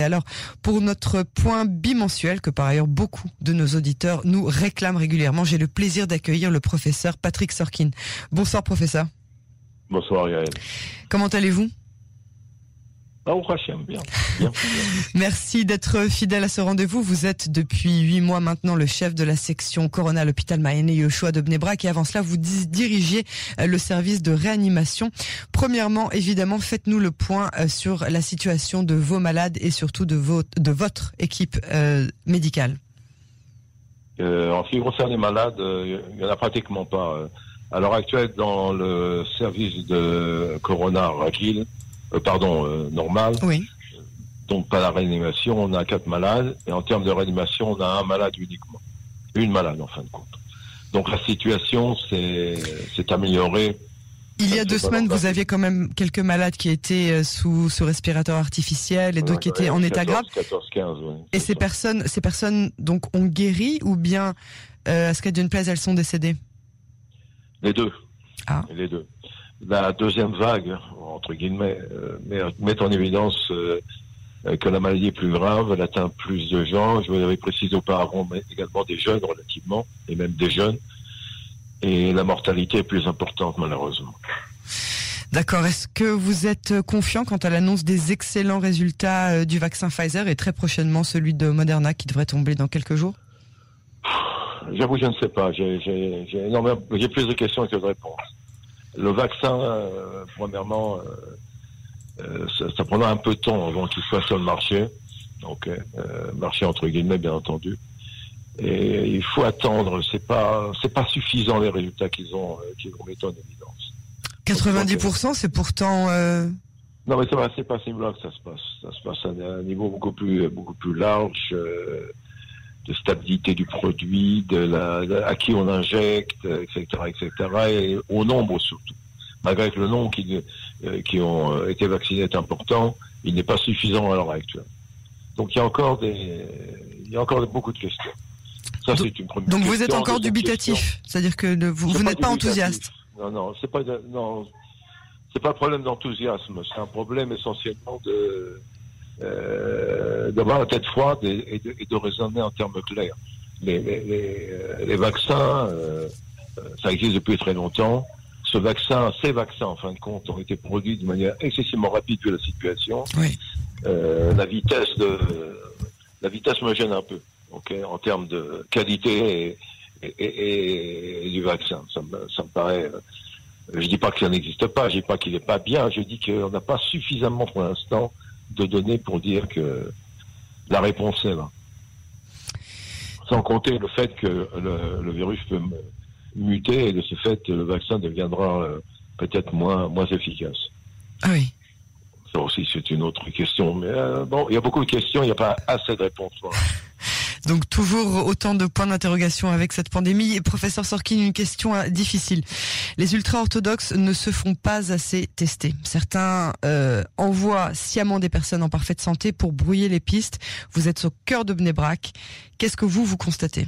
alors, pour notre point bimensuel, que par ailleurs beaucoup de nos auditeurs nous réclament régulièrement, j'ai le plaisir d'accueillir le professeur Patrick Sorkin. Bonsoir professeur. Bonsoir Yael. Comment allez-vous ? Bien. Merci d'être fidèle à ce rendez-vous. Vous êtes depuis 8 mois maintenant le chef de la section Corona à l'hôpital Maïné Yoshua de Bnei Brak et avant cela vous dirigiez le service de réanimation. Premièrement, évidemment, faites-nous le point sur la situation de vos malades et surtout de votre équipe médicale. En ce qui concerne les malades, il n'y en a pratiquement pas. À l'heure actuelle, dans le service de Corona Ragil, normal. Oui. Donc pas la réanimation, on a 4 malades et en termes de réanimation, on a un malade uniquement. Une malade en fin de compte. Donc la situation s'est améliorée. Il y a 2 semaines, vous aviez quand même quelques malades qui étaient sous respirateur artificiel et d'autres qui étaient en état grave. 14-15, oui. Et ces personnes donc ont guéri ou bien à ce cas d'une place elles sont décédées? Les deux. Ah. Les deux. La deuxième vague, entre guillemets, met en évidence que la maladie est plus grave, elle atteint plus de gens. Je vous l'avais précisé auparavant, mais également des jeunes relativement, et même des jeunes. Et la mortalité est plus importante, malheureusement. D'accord. Est-ce que vous êtes confiant quant à l'annonce des excellents résultats du vaccin Pfizer et très prochainement celui de Moderna qui devrait tomber dans quelques jours? J'avoue, je ne sais pas. J'ai plus de questions que de réponses. Le vaccin, premièrement, ça prendra un peu de temps avant qu'il soit sur le marché. Donc, marché entre guillemets, bien entendu. Et il faut attendre. C'est pas suffisant les résultats qu'ils ont mis en évidence. 90%, c'est pourtant. Non, mais c'est pas à ce niveau-là que ça se passe. Ça se passe à un niveau beaucoup plus large. De stabilité du produit, à qui on injecte, etc., et au nombre surtout. Malgré que le nombre qui ont été vaccinés est important, il n'est pas suffisant à l'heure actuelle. Donc il y a encore beaucoup de questions. Ça, c'est une première question. Donc vous êtes encore dubitatif, c'est-à-dire que vous n'êtes pas enthousiaste. Non, c'est pas un problème d'enthousiasme, c'est un problème essentiellement d'avoir la tête froide et de raisonner en termes clairs. Les vaccins, ça existe depuis très longtemps. Ces vaccins, en fin de compte, ont été produits de manière excessivement rapide vu la situation. Oui. La vitesse me gêne un peu, en termes de qualité et du vaccin. Ça me paraît. Je dis pas que ça n'existe pas, je dis pas qu'il n'est pas bien, je dis qu'on n'a pas suffisamment pour l'instant de données pour dire que la réponse est là. Sans compter le fait que le virus peut muter et de ce fait, le vaccin deviendra peut-être moins efficace. Ah oui. Ça aussi, c'est une autre question. Mais il y a beaucoup de questions, il n'y a pas assez de réponses. Donc toujours autant de points d'interrogation avec cette pandémie. Et professeur Sorkin, une question difficile. Les ultra-orthodoxes ne se font pas assez tester. Certains envoient sciemment des personnes en parfaite santé pour brouiller les pistes. Vous êtes au cœur de Bnei Brak. Qu'est-ce que vous constatez?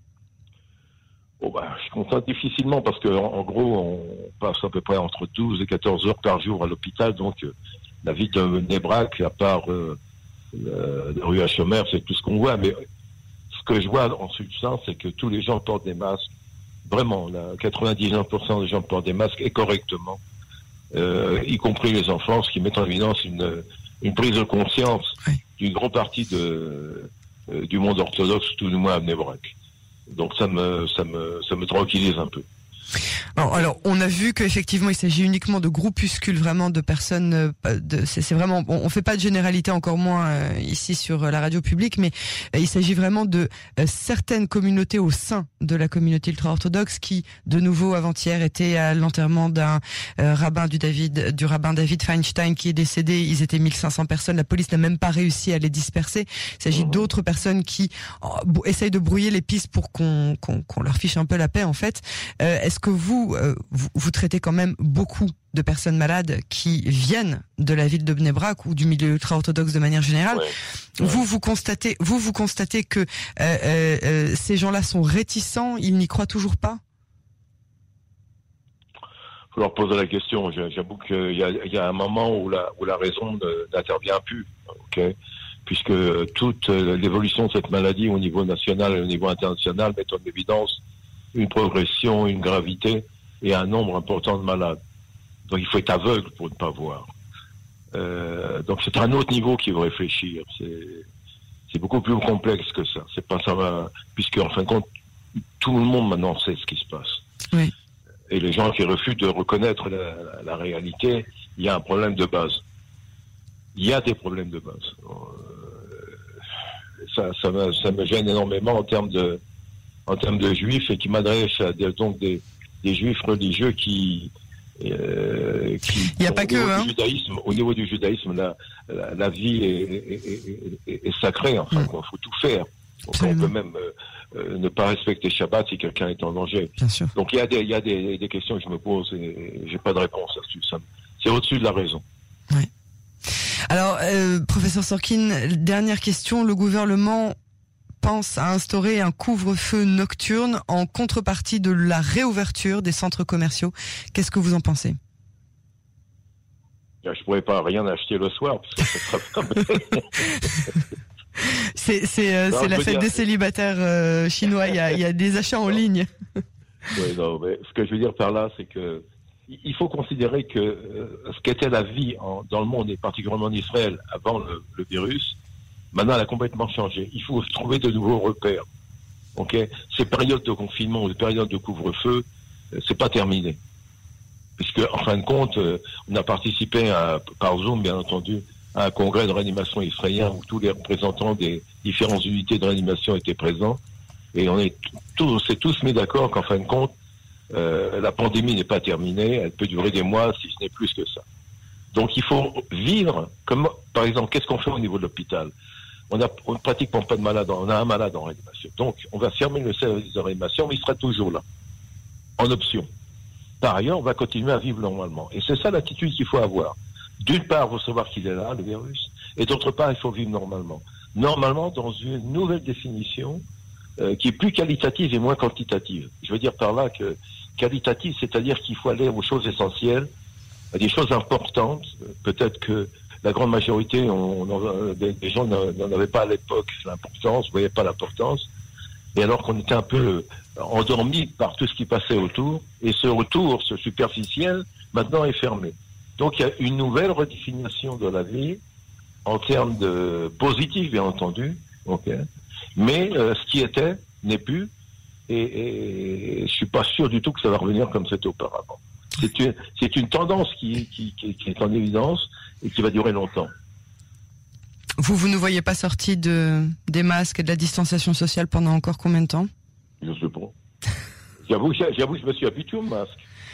Je constate difficilement parce que en gros, on passe à peu près entre 12 et 14 heures par jour à l'hôpital. Donc la vie de Bnei Brak, à part la rue Hachomer, c'est tout ce qu'on voit. Mais ce que je vois en substance, c'est que tous les gens portent des masques. Vraiment, 99% des gens portent des masques et correctement, y compris les enfants, ce qui met en évidence une prise de conscience d'une grande partie du monde orthodoxe, tout du moins à Bnei Brak. Donc ça me tranquillise un peu. Alors, on a vu qu'effectivement, il s'agit uniquement de groupuscules, vraiment de personnes. C'est vraiment, on fait pas de généralité, encore moins ici sur la radio publique, mais il s'agit vraiment de certaines communautés au sein de la communauté ultra-orthodoxe qui, de nouveau, avant-hier, étaient à l'enterrement d'un rabbin du rabbin David Feinstein qui est décédé. Ils étaient 1500 personnes. La police n'a même pas réussi à les disperser. Il s'agit d'autres personnes qui essayent de brouiller les pistes pour qu'on leur fiche un peu la paix, en fait. Est-ce que vous traitez quand même beaucoup de personnes malades qui viennent de la ville de Bnei Brak ou du milieu ultra-orthodoxe de manière générale? Ouais. Vous constatez que ces gens-là sont réticents, ils n'y croient toujours pas? Faut leur poser la question. J'avoue qu'il y a un moment où la raison n'intervient plus. puisque toute l'évolution de cette maladie au niveau national et au niveau international met en évidence une progression, une gravité et un nombre important de malades. Donc il faut être aveugle pour ne pas voir. Donc c'est un autre niveau qu'il faut réfléchir. C'est beaucoup plus complexe que ça. C'est pas ça, puisque en fin de compte, tout le monde maintenant sait ce qui se passe. Oui. Et les gens qui refusent de reconnaître la réalité, il y a un problème de base. Il y a des problèmes de base. Ça me gêne énormément en termes de juifs et qui m'adresse à des juifs religieux qui il n'y a pas que, hein. Au niveau du judaïsme, la vie est sacrée. Enfin, il faut tout faire. Donc, on peut même ne pas respecter Shabbat si quelqu'un est en danger. Bien sûr. Donc il y a des questions que je me pose et j'ai pas de réponse là-dessus. C'est au-dessus de la raison. Oui. Alors, professeur Sorkin, dernière question. Le gouvernement pense à instaurer un couvre-feu nocturne en contrepartie de la réouverture des centres commerciaux. Qu'est-ce que vous en pensez ? Je pourrais pas rien acheter le soir parce que ça sera c'est la fête des célibataires chinois. Il y a des achats en ligne. Oui, non, mais ce que je veux dire par là, c'est que il faut considérer que ce qu'était la vie dans le monde et particulièrement en Israël avant le virus, maintenant elle a complètement changé. Il faut trouver de nouveaux repères. Ok, ces périodes de confinement ou ces périodes de couvre-feu, c'est pas terminé. Puisque en fin de compte, on a participé par Zoom, bien entendu, à un congrès de réanimation israélien où tous les représentants des différentes unités de réanimation étaient présents. Et on s'est tous mis d'accord qu'en fin de compte, la pandémie n'est pas terminée, elle peut durer des mois, si ce n'est plus que ça. Donc il faut vivre comme, par exemple, qu'est-ce qu'on fait au niveau de l'hôpital ? On ne pratiquement pas de malade, on a un malade en réanimation. Donc on va fermer le service de réanimation, mais il sera toujours là, en option. Par ailleurs, on va continuer à vivre normalement. Et c'est ça l'attitude qu'il faut avoir. D'une part, il faut savoir qu'il est là, le virus, et d'autre part, il faut vivre normalement. Normalement, dans une nouvelle définition qui est plus qualitative et moins quantitative. Je veux dire par là que qualitative, c'est-à-dire qu'il faut aller aux choses essentielles, à des choses importantes. Peut-être que la grande majorité des gens n'en avaient pas à l'époque l'importance, ne voyaient pas l'importance, et alors qu'on était un peu endormi par tout ce qui passait autour, et ce retour, ce superficiel, maintenant est fermé. Donc il y a une nouvelle redéfinition de la vie, en termes de positif, bien entendu, okay. Mais ce qui était n'est plus, et je suis pas sûr du tout que ça va revenir comme c'était auparavant. C'est une tendance qui est en évidence et qui va durer longtemps. Vous ne voyez pas sorti des masques et de la distanciation sociale pendant encore combien de temps ? Je sais pas. J'avoue, je me suis habitué au masque.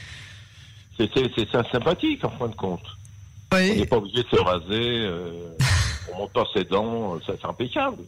C'est sympathique en fin de compte. Oui. On n'est pas obligé de se raser, on monte pas ses dents, c'est impeccable.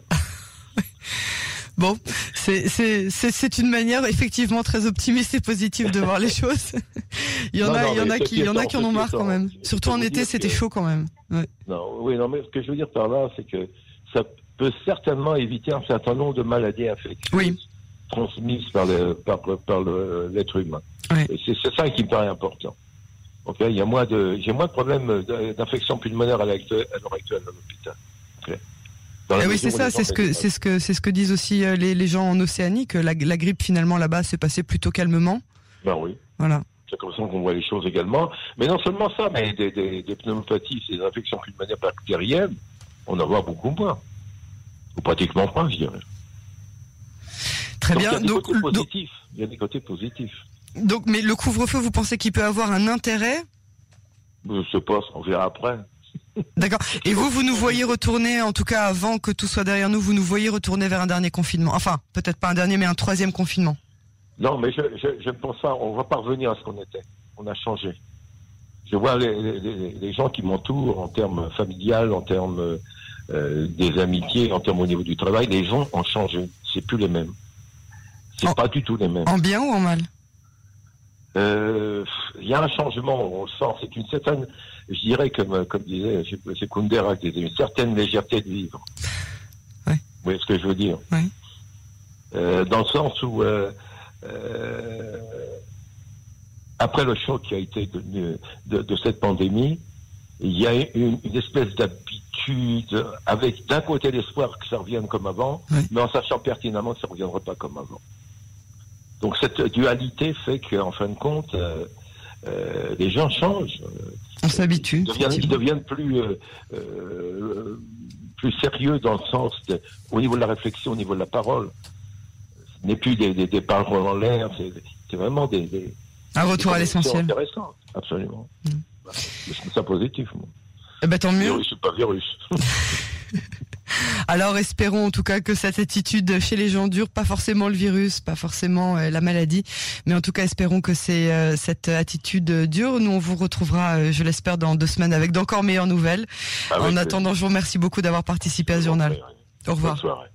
Bon, c'est une manière effectivement très optimiste et positive de voir les choses. il y en a qui en ont marre quand même. Surtout en été, c'était chaud quand même. Ouais. Non, mais ce que je veux dire par là, c'est que ça peut certainement éviter un certain nombre de maladies infectieuses transmises par l'être humain. Oui. Et c'est ça qui me paraît important. Okay, j'ai moins de problèmes d'infection pulmonaire à l'heure actuelle à l'hôpital. Okay. Oui, c'est ça, c'est ce que disent aussi les gens en Océanie, que la grippe finalement là-bas s'est passée plutôt calmement. Ben oui. Voilà. C'est comme ça qu'on voit les choses également. Mais non seulement ça, mais des pneumopathies, des infections pulmonaires bactériennes, on en voit beaucoup moins. Ou pratiquement pas, je dirais. Très bien. Il y a des côtés positifs. Donc, mais le couvre-feu, vous pensez qu'il peut avoir un intérêt ? Je sais pas, on verra après. D'accord. Et vous nous voyez retourner, en tout cas avant que tout soit derrière nous, vous nous voyez retourner vers un dernier confinement. Enfin, peut-être pas un dernier, mais un troisième confinement. Non, mais je ne pense pas, on va pas revenir à ce qu'on était. On a changé. Je vois les gens qui m'entourent en termes familial, en termes des amitiés, en termes au niveau du travail, les gens ont changé. C'est plus les mêmes. C'est pas du tout les mêmes. En bien ou en mal ? Il y a un changement, on le sent, c'est une certaine, je dirais, comme disait, c'est Kundera qui disait, une certaine légèreté de vivre. Oui. Vous voyez ce que je veux dire ? Oui. Dans le sens où, après le choc qui a été de cette pandémie, il y a une espèce d'habitude, avec d'un côté l'espoir que ça revienne comme avant, mais en sachant pertinemment que ça ne reviendra pas comme avant. Donc cette dualité fait qu'en fin de compte, les gens changent. On s'habitue. Ils deviennent plus sérieux dans le sens au niveau de la réflexion, au niveau de la parole. Ce n'est plus des paroles en l'air, c'est vraiment un retour à l'essentiel. Intéressant, absolument. Je trouve ça positif, moi. Eh ben, tant mieux. Virus ou pas virus. Alors espérons en tout cas que cette attitude chez les gens dure, pas forcément le virus, pas forcément la maladie, mais en tout cas espérons que c'est cette attitude dure. Nous on vous retrouvera, je l'espère, dans 2 semaines avec d'encore meilleures nouvelles. En attendant, je vous remercie beaucoup d'avoir participé à ce journal. Au revoir. Bonne soirée.